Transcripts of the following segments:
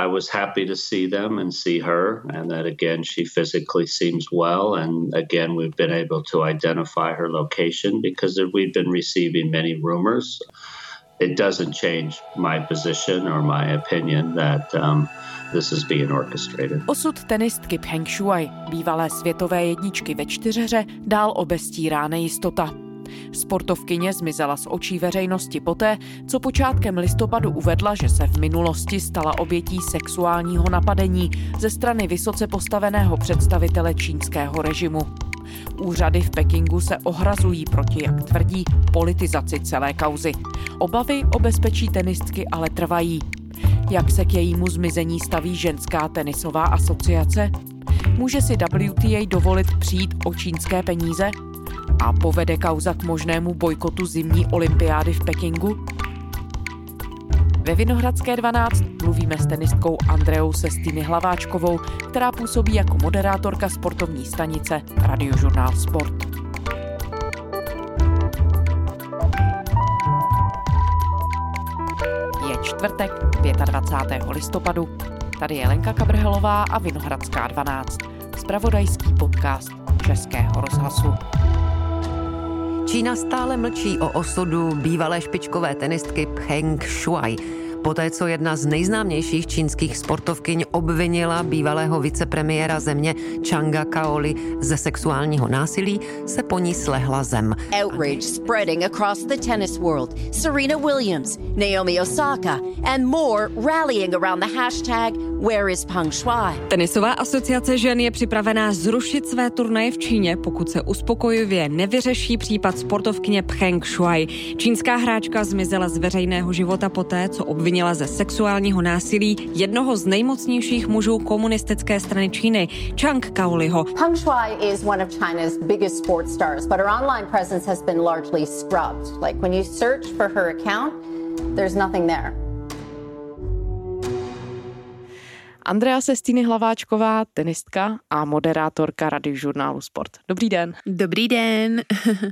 I was happy to see them and see her, and that again she physically seems well, and again we've been able to identify her location because we've been receiving many rumors. It doesn't change my position or my opinion that this is being orchestrated. Osud tenistky Peng Shuai, bývalé světové jedničky ve čtyřhře, dál obestírá nejistota. Sportovkyně zmizela z očí veřejnosti poté, co počátkem listopadu uvedla, že se v minulosti stala obětí sexuálního napadení ze strany vysoce postaveného představitele čínského režimu. Úřady v Pekingu se ohrazují proti, jak tvrdí, politizaci celé kauzy. Obavy o bezpečí tenistky ale trvají. Jak se k jejímu zmizení staví ženská tenisová asociace? Může si WTA dovolit přijít o čínské peníze? A povede kauza k možnému bojkotu zimní olympiády v Pekingu? Ve Vinohradské 12 mluvíme s tenistkou Andreou Sestiny Hlaváčkovou, která působí jako moderátorka sportovní stanice Radiožurnál Sport. Je čtvrtek, 25. listopadu. Tady je Lenka Kabrhelová a Vinohradská 12, zpravodajský podcast Českého rozhlasu. Čína stále mlčí o osudu bývalé špičkové tenistky Peng Shuai. Poté, co jedna z nejznámějších čínských sportovkyň obvinila bývalého vicepremiéra země Changa Kaoli ze sexuálního násilí, se po ní slehla zem. Outrage spreading across the tennis world. Serena Williams, Naomi Osaka and more rallying around the hashtag Where is Peng Shuai? Tenisová asociace žen je připravená zrušit své turnaje v Číně, pokud se uspokojivě nevyřeší případ sportovkyně Peng Shuai. Čínská hráčka zmizela z veřejného života poté, co obvinila ze sexuálního násilí jednoho z nejmocnějších mužů komunistické strany Číny, Chang Kaoliho. Peng Shuai is one of China's biggest sports stars, but her online presence has been largely scrubbed. Like when you search for her account, there's nothing there. Andrea Sestiny Hlaváčková, tenistka a moderátorka Radiožurnálu Sport. Dobrý den. Dobrý den.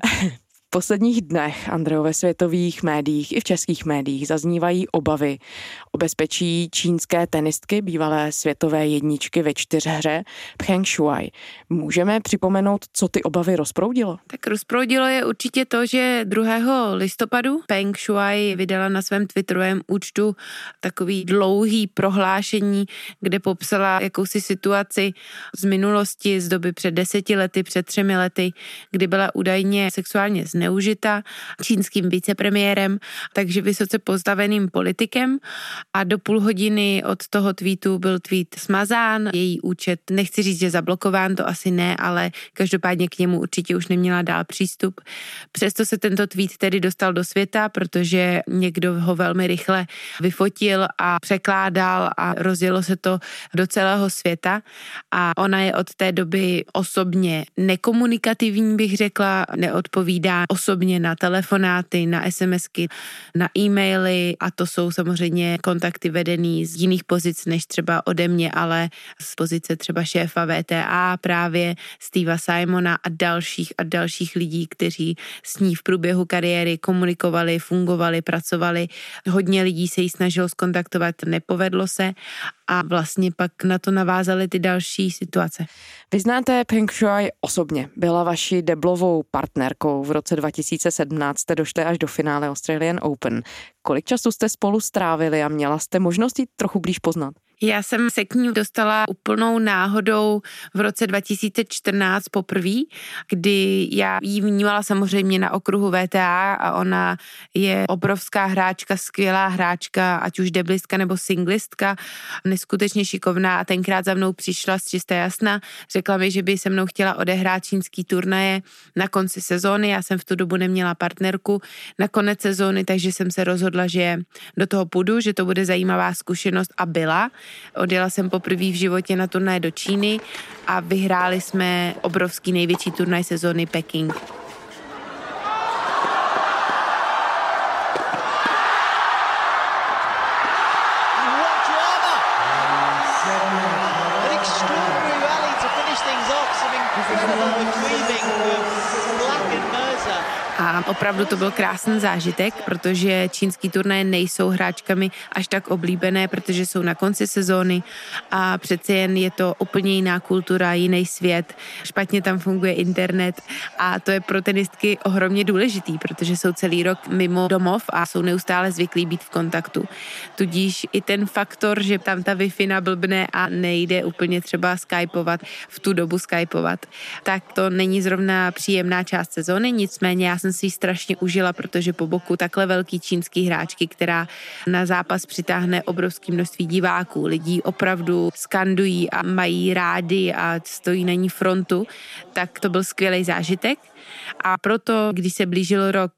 V posledních dnech, Andreo, ve světových médiích i v českých médiích zaznívají obavy o bezpečí čínské tenistky, bývalé světové jedničky ve čtyřhře Peng Shuai. Můžeme připomenout, co ty obavy rozproudilo? Tak rozproudilo je určitě to, že 2. listopadu Peng Shuai vydala na svém twitterovém účtu takový dlouhý prohlášení, kde popsala jakousi situaci z minulosti, z doby před 10 lety, před 3 lety, kdy byla údajně sexuálně zneužita čínským vicepremiérem, takže vysoce postaveným politikem, a do půl hodiny od toho tweetu byl tweet smazán, její účet, nechci říct, že zablokován, to asi ne, ale každopádně k němu určitě už neměla dál přístup. Přesto se tento tweet tedy dostal do světa, protože někdo ho velmi rychle vyfotil a překládal a rozjelo se to do celého světa, a ona je od té doby osobně nekomunikativní, bych řekla, neodpovídá osobně na telefonáty, na SMSky, na e-maily, a to jsou samozřejmě kontakty vedený z jiných pozic než třeba ode mě, ale z pozice třeba šéfa VTA, právě Steva Simona a dalších lidí, kteří s ní v průběhu kariéry komunikovali, fungovali, pracovali. Hodně lidí se jí snažilo skontaktovat, nepovedlo se, a vlastně pak na to navázaly ty další situace. Vy znáte Peng Shuai osobně. Byla vaší deblovou partnerkou. V roce 2017 jste došli až do finále Australian Open. Kolik času jste spolu strávili a měla jste možnost ji trochu blíž poznat? Já jsem se k ní dostala úplnou náhodou v roce 2014 poprvé, kdy já ji vnímala samozřejmě na okruhu VTA, a ona je obrovská hráčka, skvělá hráčka, ať už deblistka nebo singlistka, neskutečně šikovná, a tenkrát za mnou přišla z čisté jasna, řekla mi, že by se mnou chtěla odehrát čínský turnaje na konci sezóny. Já jsem v tu dobu neměla partnerku na konec sezóny, takže jsem se rozhodla, že do toho půjdu, že to bude zajímavá zkušenost, a byla. Odjela jsem poprvé v životě na turnaj do Číny a vyhráli jsme obrovský největší turnaj sezóny Peking. A opravdu to byl krásný zážitek, protože čínský turnaje nejsou hráčkami až tak oblíbené, protože jsou na konci sezóny a přece jen je to úplně jiná kultura, jiný svět, špatně tam funguje internet a to je pro tenistky ohromně důležitý, protože jsou celý rok mimo domov a jsou neustále zvyklí být v kontaktu. Tudíž i ten faktor, že tam ta Wi-Fi nablbne a nejde úplně třeba skypovat, v tu dobu skypovat, tak to není zrovna příjemná část sezóny, nicméně já jsem si ji strašně užila, protože po boku takhle velký čínský hráčky, která na zápas přitáhne obrovské množství diváků, lidí opravdu skandují a mají rádi a stojí na ní frontu, tak to byl skvělý zážitek. A proto, když se blížil rok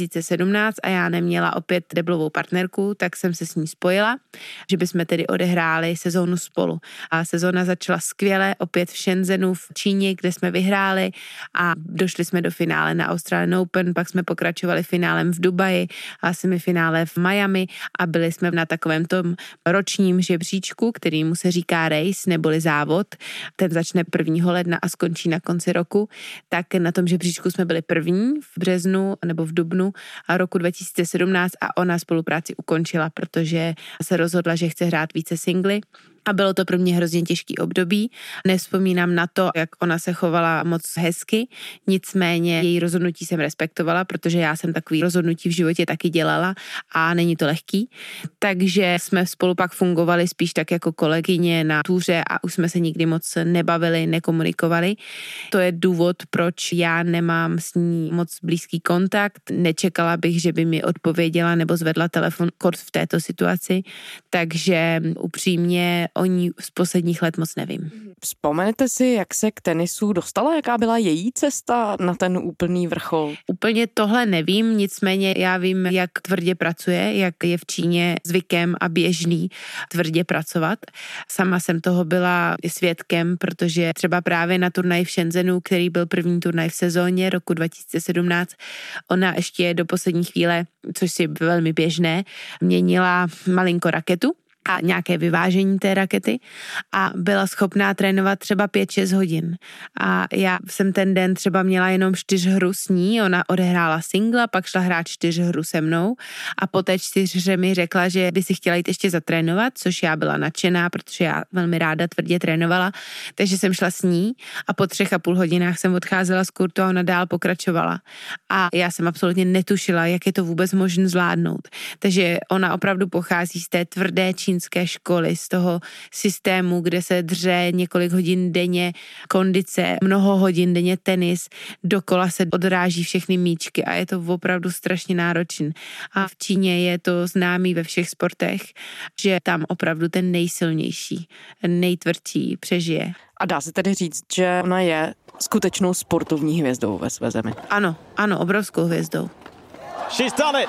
2017 a já neměla opět deblovou partnerku, tak jsem se s ní spojila, že bychom tedy odehráli sezónu spolu. A sezóna začala skvěle, opět v Shenzhenu v Číně, kde jsme vyhráli a došli jsme do finále na Australian Open, pak jsme pokračovali finálem v Dubaji a semifinále v Miami a byli jsme na takovém tom ročním žebříčku, kterýmu se říká race neboli závod. Ten začne 1. ledna a skončí na konci roku. Tak na tom žebříčku jsme byli první v březnu nebo v dubnu a roku 2017 a ona spolupráci ukončila, protože se rozhodla, že chce hrát více singly. A bylo to pro mě hrozně těžký období. Nevzpomínám na to, jak ona se chovala moc hezky, nicméně její rozhodnutí jsem respektovala, protože já jsem takový rozhodnutí v životě taky dělala a není to lehký. Takže jsme spolu pak fungovali spíš tak jako kolegyně na túře a už jsme se nikdy moc nebavili, nekomunikovali. To je důvod, proč já nemám s ní moc blízký kontakt. Nečekala bych, že by mi odpověděla nebo zvedla telefon kort v této situaci, takže upřímně o ní z posledních let moc nevím. Vzpomenete si, jak se k tenisu dostala? Jaká byla její cesta na ten úplný vrchol? Úplně tohle nevím, nicméně já vím, jak tvrdě pracuje, jak je v Číně zvykem a běžný tvrdě pracovat. Sama jsem toho byla svědkem, protože třeba právě na turnaji v Shenzhenu, který byl první turnaj v sezóně roku 2017, ona ještě do poslední chvíle, což je velmi běžné, měnila malinko raketu a nějaké vyvážení té rakety a byla schopná trénovat třeba 5-6 hodin. A já jsem ten den třeba měla jenom 4 hru s ní, ona odehrála singla, pak šla hrát 4 hru se mnou a po té 4 mi řekla, že by si chtěla jít ještě zatrénovat, což já byla nadšená, protože já velmi ráda tvrdě trénovala, takže jsem šla s ní a po 3,5 hodinách jsem odcházela z kurtu a ona dál pokračovala. A já jsem absolutně netušila, jak je to vůbec možné zvládnout. Takže ona opravdu pochází z té tvrdé čínské školy, z toho systému, kde se dře několik hodin denně kondice, mnoho hodin denně tenis, dokola se odráží všechny míčky a je to opravdu strašně náročné. A v Číně je to známý ve všech sportech, že tam opravdu ten nejsilnější, nejtvrdší přežije. A dá se tedy říct, že ona je skutečnou sportovní hvězdou ve své zemi? Ano, obrovskou hvězdou. She's done it.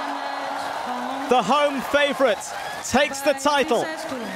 The home favorite takes the title.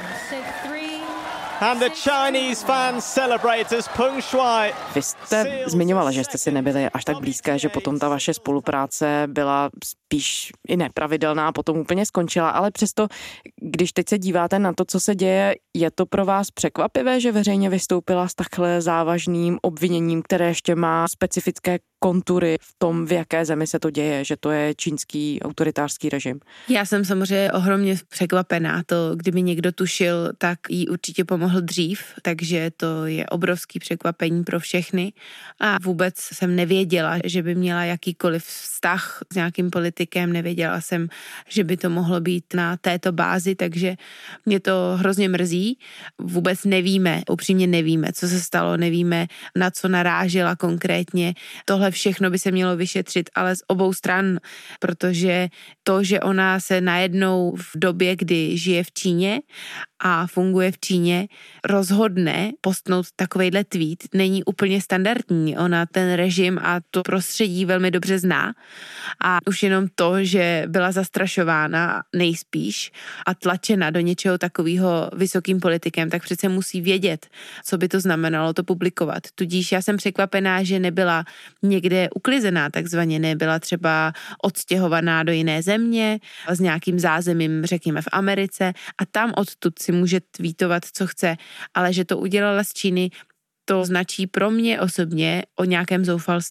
And the Chinese fans celebrate as Peng Shuai. Vy jste zmiňovala, že jste si nebyli až tak blízké, že potom ta vaše spolupráce byla spíš i nepravidelná, potom úplně skončila, ale přesto, když teď se díváte na to, co se děje, je to pro vás překvapivé, že veřejně vystoupila s takhle závažným obviněním, které ještě má specifické kontury v tom, v jaké zemi se to děje, že to je čínský autoritářský režim? Já jsem samozřejmě ohromně překvapená. To, kdyby někdo tušil, tak jí určitě pomohl dřív, takže to je obrovský překvapení pro všechny. A vůbec jsem nevěděla, že by měla jakýkoliv vztah s nějakým politikem, nevěděla jsem, že by to mohlo být na této bázi, takže mě to hrozně mrzí. Vůbec nevíme, upřímně nevíme, co se stalo, nevíme, na co narážela konkrétně. Tohle všechno by se mělo vyšetřit, ale z obou stran, protože to, že ona se najednou v době, kdy žije v Číně a funguje v Číně, rozhodne postnout takovejhle tweet, není úplně standardní. Ona ten režim a to prostředí velmi dobře zná a už jenom to, že byla zastrašována nejspíš a tlačena do něčeho takového vysokým politikem, tak přece musí vědět, co by to znamenalo to publikovat. Tudíž já jsem překvapená, že nebyla někde uklizená, takzvaně nebyla třeba odstěhovaná do jiné země s nějakým zázemím, řekněme v Americe a tam odtud si může tweetovat, co chce, ale že to udělala z Číny, to značí pro mě osobně o nějakém zoufalství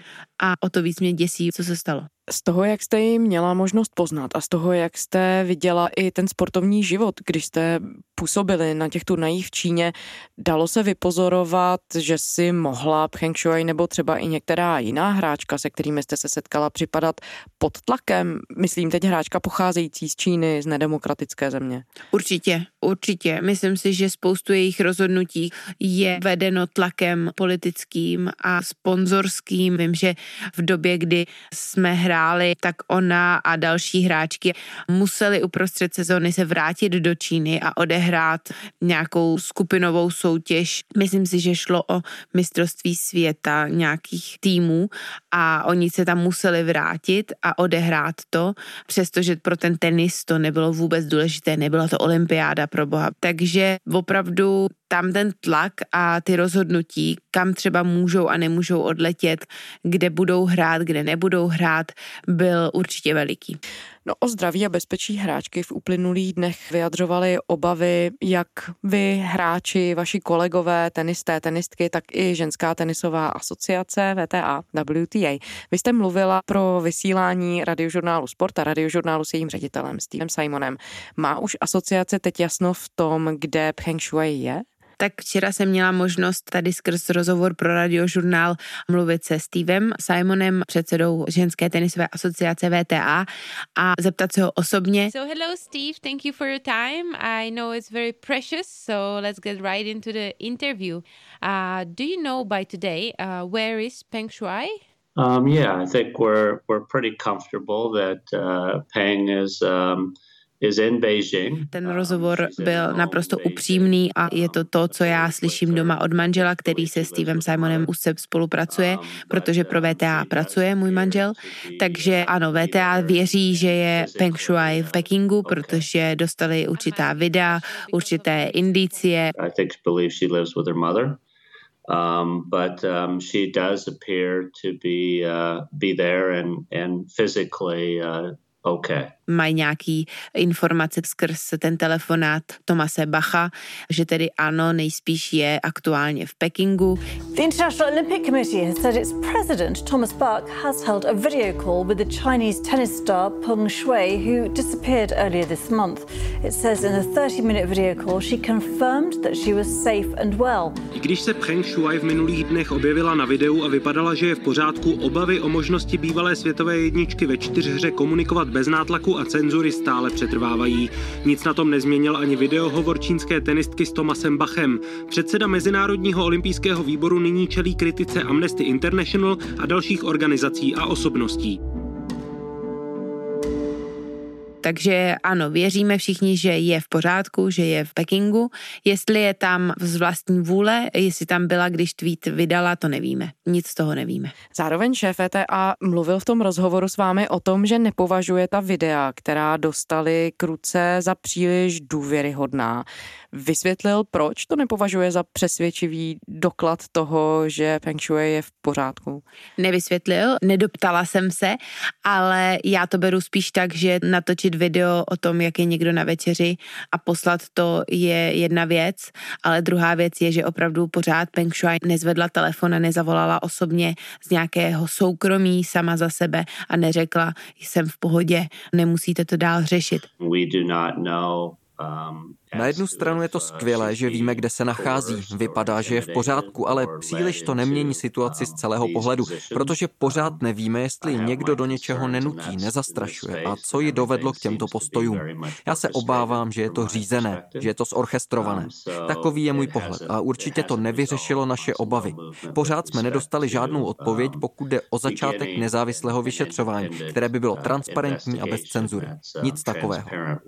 a o to víc mě děsí, co se stalo. Z toho, jak jste ji měla možnost poznat a z toho, jak jste viděla i ten sportovní život, když jste působili na těch turnajích v Číně, dalo se vypozorovat, že si mohla Pcheng Shuai nebo třeba i některá jiná hráčka, se kterými jste se setkala, připadat pod tlakem? Myslím teď hráčka pocházející z Číny, z nedemokratické země. Určitě. Myslím si, že spoustu jejich rozhodnutí je vedeno tlakem politickým a sponzorským. Vím, že v době, kdy jsme hráli, tak ona a další hráčky museli uprostřed sezóny se vrátit do Číny a odehrát nějakou skupinovou soutěž. Myslím si, že šlo o mistrovství světa nějakých týmů a oni se tam museli vrátit a odehrát to, přestože pro ten tenis to nebylo vůbec důležité, nebyla to olympiáda pro boha. Takže opravdu tam ten tlak a ty rozhodnutí, kam třeba můžou a nemůžou odletět, kde budou hrát, kde nebudou hrát, byl určitě veliký. No, o zdraví a bezpečí hráčky v uplynulých dnech vyjadřovali obavy jak vy, hráči, vaši kolegové, tenisté, tenistky, tak i ženská tenisová asociace WTA. Vy jste mluvila pro vysílání Radiožurnálu Sport a Radiožurnálu s jejím ředitelem Stevem Simonem. Má už asociace teď jasno v tom, kde Pcheng Shuai je? Tak včera jsem měla možnost tady skrz rozhovor pro Radiožurnál mluvit se Stevem Simonem, předsedou ženské tenisové asociace WTA, a zeptat se ho osobně. So hello Steve, thank you for your time. I know it's very precious, so let's get right into the interview. Do you know by today where is Pcheng Shuai? Yeah, I think we're pretty comfortable that Peng is in Beijing. Ten rozhovor byl naprosto upřímný a je to, co já slyším doma od manžela, který se Stevem Simonem už se spolupracuje, protože pro WTA pracuje můj manžel. Takže ano, WTA věří, že je Pcheng Shuai v Pekingu, protože dostali určitá videa, určité indicie. I think believe she lives with her mother. But she does appear to be there and physically okay. Mají nějaký informace skrz ten telefonát Thomase Bacha, že tedy ano, nejspíš je aktuálně v Pekingu. The International Olympic Committee has said its president, Thomas Bach, has held a video call with the Chinese tennis star Peng Shuai, who disappeared earlier this month. It says in a 30-minute video call she confirmed that she was safe and well. I když se Pcheng Shuai v minulých dnech objevila na videu a vypadala, že je v pořádku, obavy o možnosti bývalé světové jedničky ve čtyřhře komunikovat bez nátlaku a cenzury stále přetrvávají. Nic na tom nezměnil ani videohovor čínské tenistky s Thomasem Bachem. Předseda Mezinárodního olympijského výboru nyní čelí kritice Amnesty International a dalších organizací a osobností. Takže ano, věříme všichni, že je v pořádku, že je v Pekingu. Jestli je tam z vlastní vůle, jestli tam byla, když tweet vydala, to nevíme. Nic z toho nevíme. Zároveň šéf WTA mluvil v tom rozhovoru s vámi o tom, že nepovažuje ta videa, která dostali k ruce, za příliš důvěryhodná. Vysvětlil, proč to nepovažuje za přesvědčivý doklad toho, že Pcheng Shuai je v pořádku? Nevysvětlil, nedoptala jsem se, ale já to beru spíš tak, že natočit video o tom, jak je někdo na večeři a poslat to je jedna věc, ale druhá věc je, že opravdu pořád Pcheng Shuai nezvedla telefon a nezavolala osobně z nějakého soukromí sama za sebe a neřekla, jsem v pohodě, nemusíte to dál řešit. We do not know. Na jednu stranu je to skvělé, že víme, kde se nachází. Vypadá, že je v pořádku, ale příliš to nemění situaci z celého pohledu, protože pořád nevíme, jestli někdo do něčeho nenutí, nezastrašuje a co ji dovedlo k těmto postojům. Já se obávám, že je to řízené, že je to zorchestrované. Takový je můj pohled a určitě to nevyřešilo naše obavy. Pořád jsme nedostali žádnou odpověď, pokud jde o začátek nezávislého vyšetřování, které by bylo transparentní a bez cenzury. Nic takového.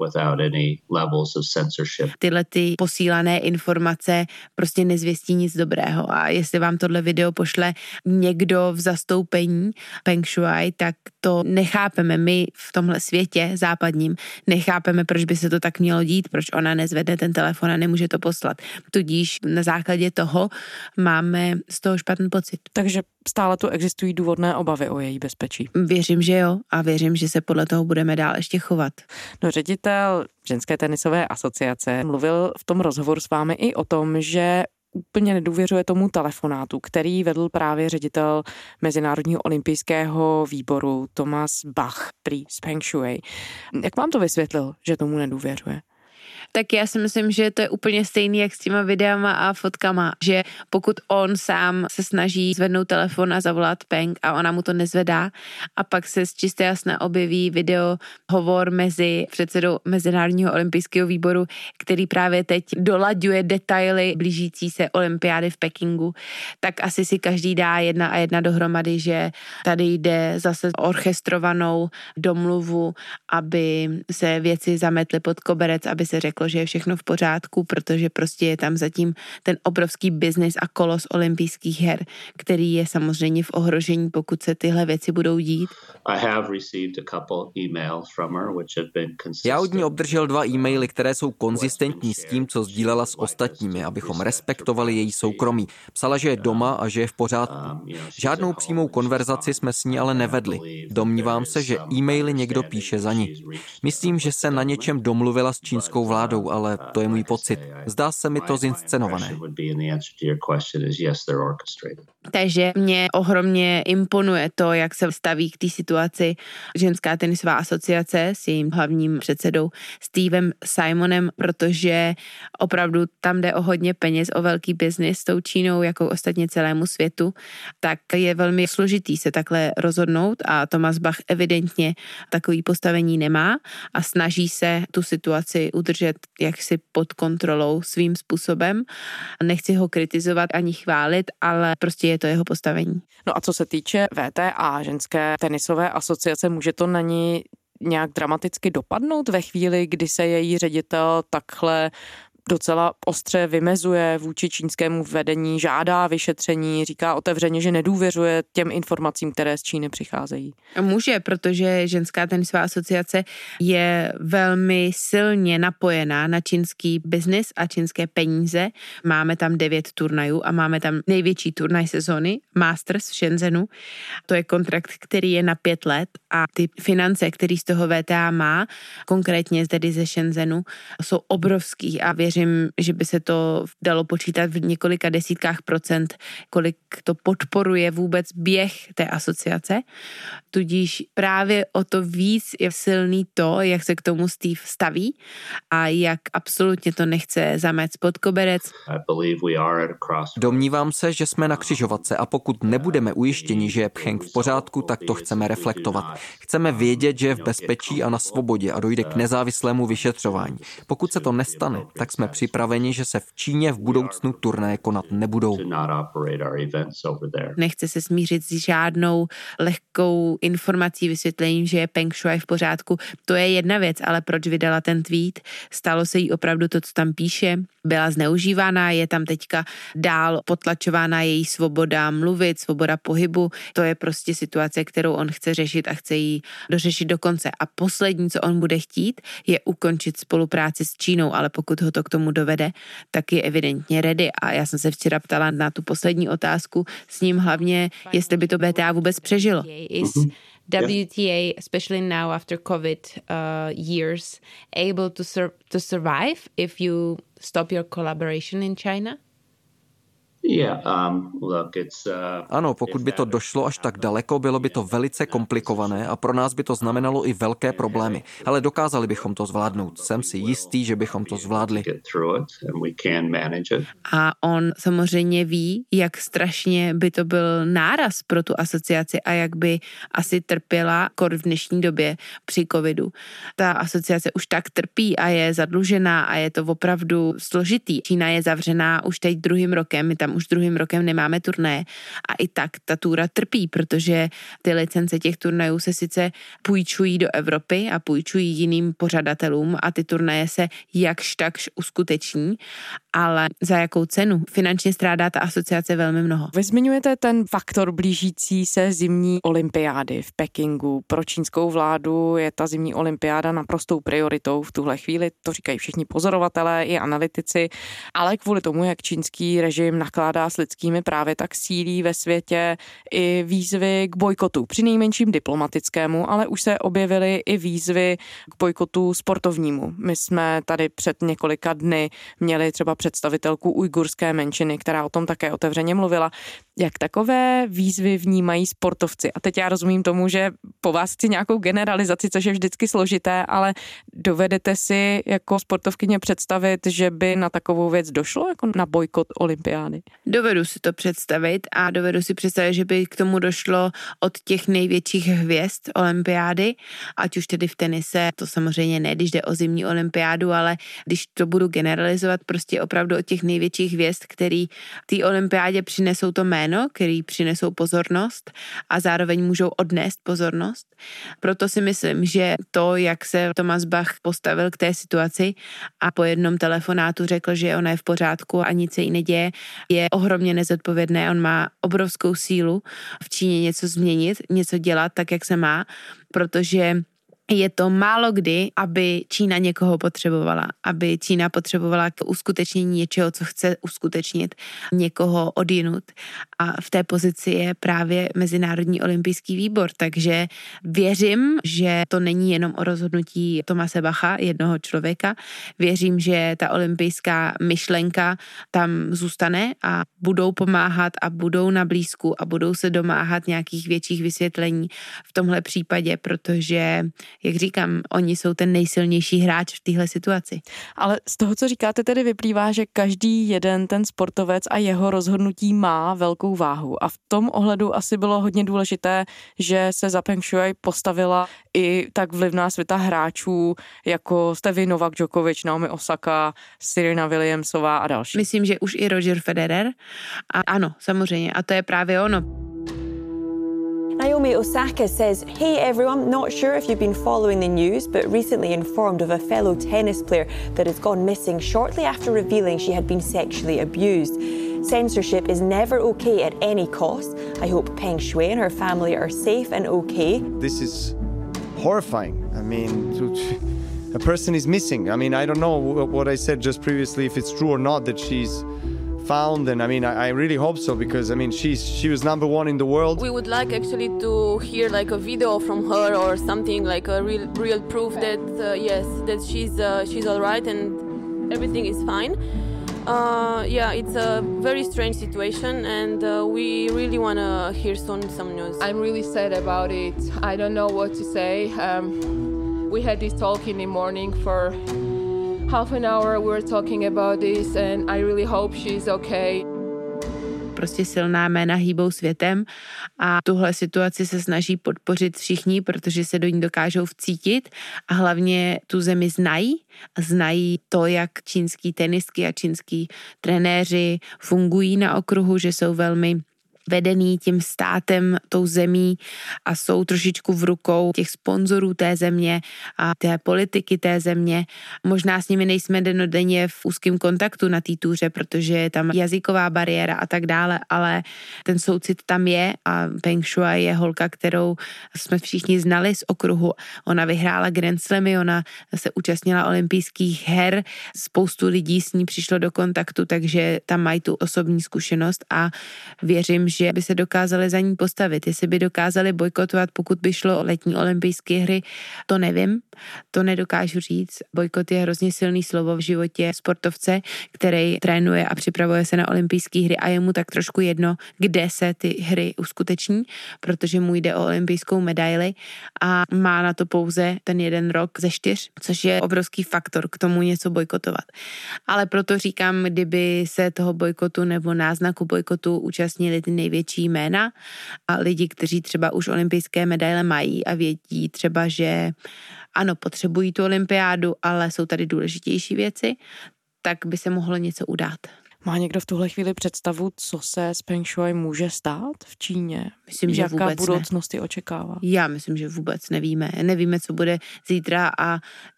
Tyhle ty posílané informace prostě nezvěstí nic dobrého a jestli vám tohle video pošle někdo v zastoupení Pcheng Shuai, tak to nechápeme my v tomhle světě západním, nechápeme, proč by se to tak mělo dít, proč ona nezvedne ten telefon a nemůže to poslat. Tudíž na základě toho máme z toho špatný pocit. Takže stále tu existují důvodné obavy o její bezpečí. Věřím, že jo, a věřím, že se podle toho budeme dál ještě chovat. No, ředitel ženské tenisové asociace mluvil v tom rozhovoru s vámi i o tom, že úplně nedůvěřuje tomu telefonátu, který vedl právě ředitel Mezinárodního olympijského výboru Thomas Bach prý z Peng Shuai. Jak vám to vysvětlil, že tomu nedůvěřuje? Tak já si myslím, že to je úplně stejný jak s těma videama a fotkama, že pokud on sám se snaží zvednout telefon a zavolat Peng a ona mu to nezvedá a pak se z čisté jasné objeví video hovor mezi předsedou Mezinárodního olympijského výboru, který právě teď dolaďuje detaily blížící se olympiády v Pekingu, tak asi si každý dá 1 a 1 dohromady, že tady jde zase orchestrovanou domluvu, aby se věci zametly pod koberec, aby se řeklo, že je všechno v pořádku, protože prostě je tam zatím ten obrovský biznis a kolos olympijských her, který je samozřejmě v ohrožení, pokud se tyhle věci budou dít. Já od ní obdržel 2 e-maily, které jsou konzistentní s tím, co sdílela s ostatními, abychom respektovali její soukromí. Psala, že je doma a že je v pořádku. Žádnou přímou konverzaci jsme s ní ale nevedli. Domnívám se, že e-maily někdo píše za ní. Myslím, že se na něčem domluvila s čínskou vládou, ale to je můj pocit. Zdá se mi to zinscenované. Takže mě ohromně imponuje to, jak se staví k té situaci Ženská tenisová asociace s jejím hlavním předsedou Stevem Simonem, protože opravdu tam jde o hodně peněz, o velký biznis s tou Čínou, jako ostatně celému světu, tak je velmi složitý se takhle rozhodnout a Thomas Bach evidentně takový postavení nemá a snaží se tu situaci udržet jaksi pod kontrolou svým způsobem. Nechci ho kritizovat ani chválit, ale prostě je to jeho postavení. No a co se týče VTA, Ženské tenisové asociace, může to na ní nějak dramaticky dopadnout ve chvíli, kdy se její ředitel takhle docela ostře vymezuje vůči čínskému vedení, žádá vyšetření, říká otevřeně, že nedůvěřuje těm informacím, které z Číny přicházejí. Může, protože Ženská tenisová asociace je velmi silně napojená na čínský biznis a čínské peníze. Máme tam 9 turnajů a máme tam největší turnaj sezony, Masters v Shenzhenu. To je kontrakt, který je na 5 let a ty finance, který z toho VTA má, konkrétně tedy ze Shenzhenu, jsou obrovský a věřím, že by se to dalo počítat v několika desítkách procent, kolik to podporuje vůbec běh té asociace. Tudíž právě o to víc je silný to, jak se k tomu Steve staví a jak absolutně to nechce zamést pod koberec. Domnívám se, že jsme na křižovatce a pokud nebudeme ujištěni, že je Pcheng v pořádku, tak to chceme reflektovat. Chceme vědět, že je v bezpečí a na svobodě a dojde k nezávislému vyšetřování. Pokud se to nestane, tak jsme připraveni, že se v Číně v budoucnu turnaje konat nebudou. Nechce se smířit s žádnou lehkou informací, vysvětlením, že je Peng Shuai v pořádku. To je jedna věc, ale proč vydala ten tweet? Stalo se jí opravdu to, co tam píše? Byla zneužívána, je tam teďka dál potlačována její svoboda mluvit, svoboda pohybu. To je prostě situace, kterou on chce řešit a chce ji dořešit do konce. A poslední, co on bude chtít, je ukončit spolupráci s Čínou, ale pokud ho to k tomu dovede, tak je evidentně ready. A já jsem se včera ptala na tu poslední otázku s ním hlavně, jestli by to BTA vůbec přežilo. WTA, especially now after COVID years, able to survive if you stop your collaboration in China? Ano, pokud by to došlo až tak daleko, bylo by to velice komplikované a pro nás by to znamenalo i velké problémy. Ale dokázali bychom to zvládnout. Jsem si jistý, že bychom to zvládli. A on samozřejmě ví, jak strašně by to byl náraz pro tu asociaci a jak by asi trpěla v dnešní době při covidu. Ta asociace už tak trpí a je zadlužená a je to opravdu složitý. Čína je zavřená už teď 2. rokem, my tam už 2. rokem nemáme turnaje a i tak ta túra trpí, protože ty licence těch turnajů se sice půjčují do Evropy a půjčují jiným pořadatelům a ty turnaje se jakž takž uskuteční, ale za jakou cenu? Finančně strádá ta asociace velmi mnoho. Vy zmiňujete ten faktor blížící se zimní olympiády v Pekingu. Pro čínskou vládu je ta zimní olympiáda naprostou prioritou v tuhle chvíli, to říkají všichni pozorovatelé i analytici, ale kvůli tomu, jak čínský režim nakládá nakládá s lidskými právy, tak sílí ve světě i výzvy k bojkotu. Přinejmenším diplomatickému, ale už se objevily i výzvy k bojkotu sportovnímu. My jsme tady před několika dny měli třeba představitelku ujgurské menšiny, která o tom také otevřeně mluvila. Jak takové výzvy vnímají sportovci? A teď já rozumím tomu, že po vás chci nějakou generalizaci, což je vždycky složité, ale dovedete si jako sportovkyně představit, že by na takovou věc došlo, jako na bojkot olympiády? Dovedu si to představit a dovedu si představit, že by k tomu došlo od těch největších hvězd olympiády, ať už tedy v tenise, to samozřejmě ne, když jde o zimní olympiádu, ale když to budu generalizovat, prostě opravdu od těch největších hvězd, který té olympiádě přinesou to jméno, který přinesou pozornost a zároveň můžou odnést pozornost. Proto si myslím, že to, jak se Thomas Bach postavil k té situaci a po jednom telefonátu řekl, že ona je v pořádku a nic se jí neděje, je ohromně nezodpovědné. On má obrovskou sílu v Číně něco změnit, něco dělat tak, jak se má, protože je to málo kdy, aby Čína někoho potřebovala, aby Čína potřebovala k uskutečnění něčeho, co chce uskutečnit, někoho odjinut. A v té pozici je právě Mezinárodní olympijský výbor, takže věřím, že to není jenom o rozhodnutí Thomase Bacha, jednoho člověka. Věřím, že ta olympijská myšlenka tam zůstane a budou pomáhat a budou na blízku a budou se domáhat nějakých větších vysvětlení v tomhle případě, protože jak říkám, oni jsou ten nejsilnější hráč v téhle situaci. Ale z toho, co říkáte, tedy vyplývá, že každý jeden ten sportovec a jeho rozhodnutí má velkou váhu. A v tom ohledu asi bylo hodně důležité, že se za Peng Shuai postavila i tak vlivná světa hráčů, jako jste vy, Novak Djokovic, Naomi Osaka, Serena Williamsová a další. Myslím, že už i Roger Federer. A ano, samozřejmě. A to je právě ono. Naomi Osaka says, "Hey everyone, not sure if you've been following the news, but recently informed of a fellow tennis player that has gone missing shortly after revealing she had been sexually abused. Censorship is never okay at any cost. I hope Peng Shuai and her family are safe and okay." This is horrifying. I mean, a person is missing. I mean, I don't know what I said just previously, if it's true or not that she's found, and I mean I really hope so, because I mean she was number one in the world. We would like actually to hear like a video from her or something, like a real proof that yes, that she's all right and everything is fine. Yeah, it's a very strange situation, and we really want to hear soon some news. I'm really sad about it. I don't know what to say. We had this talk in the morning for half an hour. We were talking about this, and I really hope she's okay. Prostě silná jména hýbou světem a tuhle situaci se snaží podpořit všichni, protože se do ní dokážou vcítit a hlavně tu zemi znají to, jak čínský tenistky a čínský trenéři fungují na okruhu, že jsou velmi vedený tím státem, tou zemí a jsou trošičku v rukou těch sponzorů té země a té politiky té země. Možná s nimi nejsme dennodenně v úzkém kontaktu na té túře, protože je tam jazyková bariéra a tak dále, ale ten soucit tam je a Peng Shuai je holka, kterou jsme všichni znali z okruhu. Ona vyhrála Grand Slamy, ona se účastnila olympijských her, spoustu lidí s ní přišlo do kontaktu, takže tam mají tu osobní zkušenost a věřím, že by se dokázali za ní postavit. Jestli by dokázali bojkotovat, pokud by šlo o letní olympijské hry, to nevím, to nedokážu říct. Bojkot je hrozně silný slovo v životě sportovce, který trénuje a připravuje se na olympijské hry a je mu tak trošku jedno, kde se ty hry uskuteční, protože mu jde o olympijskou medaili a má na to pouze ten 1 rok ze 4, což je obrovský faktor k tomu něco bojkotovat. Ale proto říkám, kdyby se toho bojkotu nebo náznaku bojkotu účastnili ty největší jména a lidi, kteří třeba už olympijské medaile mají a vědí třeba, že ano, potřebují tu olympiádu, ale jsou tady důležitější věci, tak by se mohlo něco udát. Má někdo v tuhle chvíli představu, co se s Peng Shuai může stát v Číně? Myslím, že jaká vůbec budoucnost ji očekává? Já myslím, že vůbec nevíme. Nevíme, co bude zítra a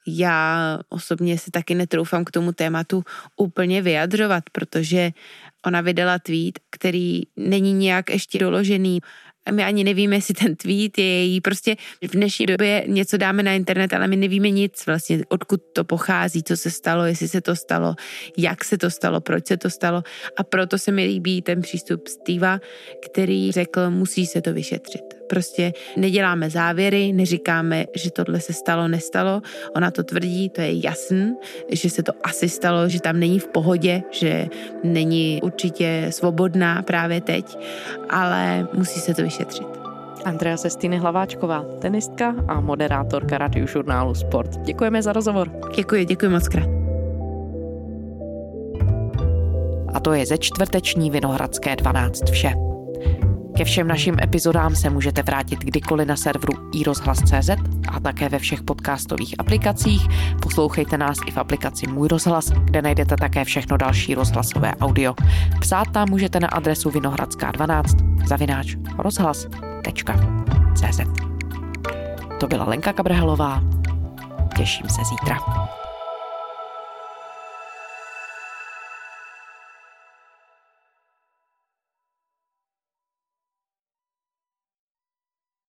já osobně si taky netroufám k tomu tématu úplně vyjadřovat, protože ona vydala tweet, který není nějak ještě doložený. A my ani nevíme, jestli ten tweet je její. Prostě v dnešní době něco dáme na internet, ale my nevíme nic vlastně, odkud to pochází, co se stalo, jestli se to stalo, jak se to stalo, proč se to stalo. A proto se mi líbí ten přístup Steva, který řekl, musí se to vyšetřit. Prostě neděláme závěry, neříkáme, že tohle se stalo, nestalo. Ona to tvrdí, to je jasný, že se to asi stalo, že tam není v pohodě, že není určitě svobodná právě teď, ale musí se to vyšetřit. Andrea Sestiny Hlaváčková, tenistka a moderátorka Radiožurnálu Sport. Děkujeme za rozhovor. Děkuji moc krát. A to je ze čtvrteční Vinohradské 12 vše. Ke všem našim epizodám se můžete vrátit kdykoliv na serveru iRozhlas.cz a také ve všech podcastových aplikacích. Poslouchejte nás i v aplikaci Můj rozhlas, kde najdete také všechno další rozhlasové audio. Psát tam můžete na adresu vinohradská12@rozhlas.cz. To byla Lenka Kabrhelová. Těším se zítra.